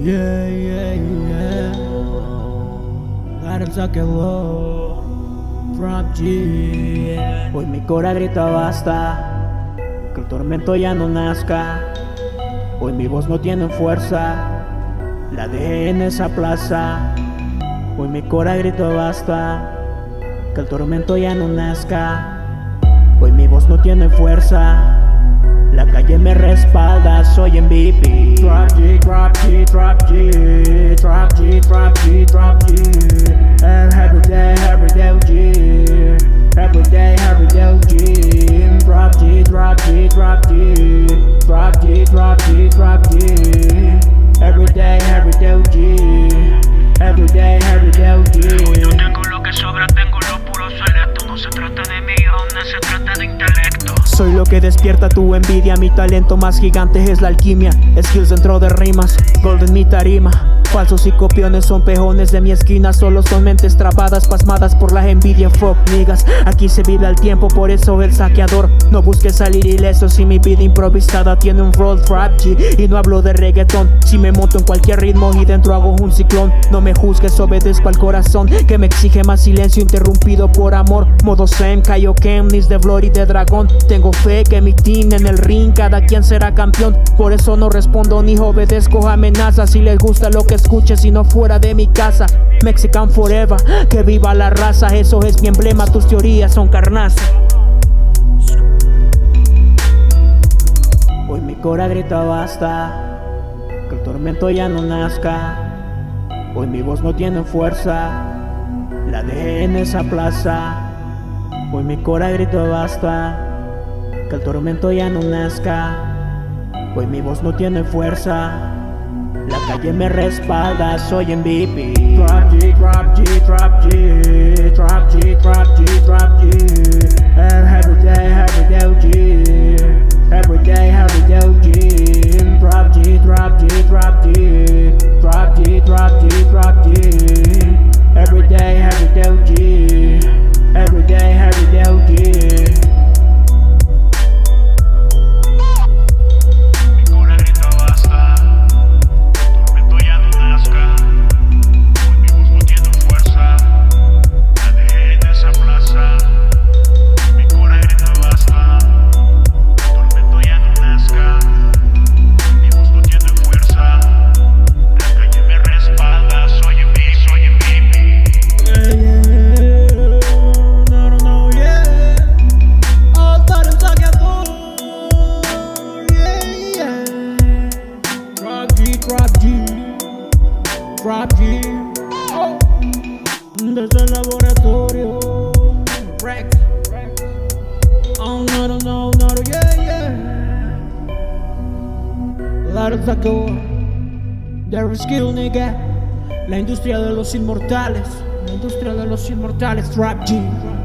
Yeah, yeah, yeah. Garza quedó Trap G. Hoy mi cora grita basta, que el tormento ya no nazca. Hoy mi voz no tiene fuerza, la dejé en esa plaza. Hoy mi cora grita basta, que el tormento ya no nazca. Hoy mi voz no tiene fuerza, la calle me respalda, soy MVP. Trap G, Trap G, Trap G, Trap G, Trap G, Trap G. Every day, G. Every day, G. Trap G, Trap G, Trap G. Trap G, Trap G, Trap G. Every day, G. Every day, G. Yo tengo lo que sobra, tengo lo puro selecto. No se trata de millones, se trata de intelecto. Soy lo que despierta tu envidia, mi talento más gigante es la alquimia. Skills dentro de rimas, golden mi tarima. Falsos y copiones son pejones de mi esquina, solo son mentes trabadas, pasmadas por la envidia. Fuck niggas, aquí se vive al tiempo, por eso el saqueador. No busques salir ileso si mi vida improvisada tiene un roll Trap G. Y no hablo de reggaetón, si me monto en cualquier ritmo y dentro hago un ciclón. No me juzgues, obedezco al corazón que me exige más silencio interrumpido por amor. Modo Sam, Kaioken, Nis de Flor y de Dragón. Tengo fe que mi team en el ring cada quien será campeón. Por eso no respondo ni obedezco amenazas. Si les gusta lo que escuche, si no fuera de mi casa. Mexican forever, que viva la raza. Eso es mi emblema, tus teorías son carnaza. Hoy mi cora grita basta, que el tormento ya no nazca. Hoy mi voz no tiene fuerza, la dejé en esa plaza. Hoy mi cora grita basta, que el tormento ya no nazca. Hoy mi voz no tiene fuerza, la calle me respalda, soy MVP. Trap G, Trap G, Trap G. Trap G, Trap G, Trap G. Every day, G. Every day, G. Trap G, Trap G, Trap G. Trap G, Trap G, Trap G. Every day, G. Every day, G. Trap G, oh. Desde el laboratorio Rex. Oh, no, yeah, yeah. Claro, sacó There Skill, nigga. La industria de los inmortales. La industria de los inmortales. Trap G.